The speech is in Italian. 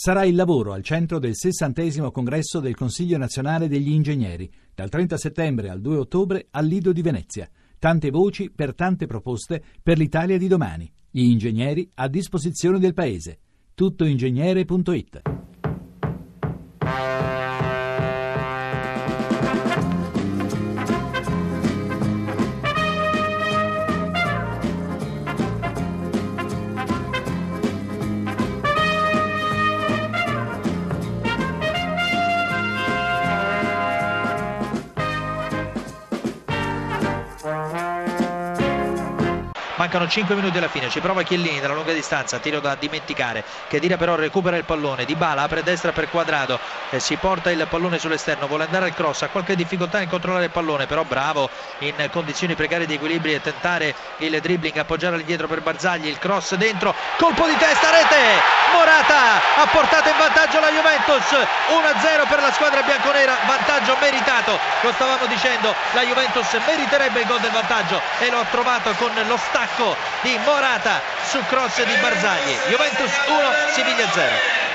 Sarà il lavoro al centro del 60° congresso del Consiglio Nazionale degli Ingegneri, dal 30 settembre al 2 ottobre al Lido di Venezia. Tante voci per tante proposte per l'Italia di domani. Gli ingegneri a disposizione del Paese. Tuttoingegnere.it. Mancano 5 minuti alla fine, ci prova Chiellini dalla lunga distanza, tiro da dimenticare. Khedira però recupera il pallone, Dybala apre a destra per Cuadrado, si porta il pallone sull'esterno, vuole andare al cross, ha qualche difficoltà nel controllare il pallone, però bravo in condizioni precarie di equilibri e tentare il dribbling, appoggiare all'indietro per Barzagli, il cross dentro, colpo di testa, rete! Morata ha portato in vantaggio la Juventus, 1-0 per la squadra bianconera, vantaggio meritato, lo stavamo dicendo, la Juventus meriterebbe il gol del vantaggio e lo ha trovato con lo stacco di Morata su cross di Barzagli. Juventus 1, Siviglia 0.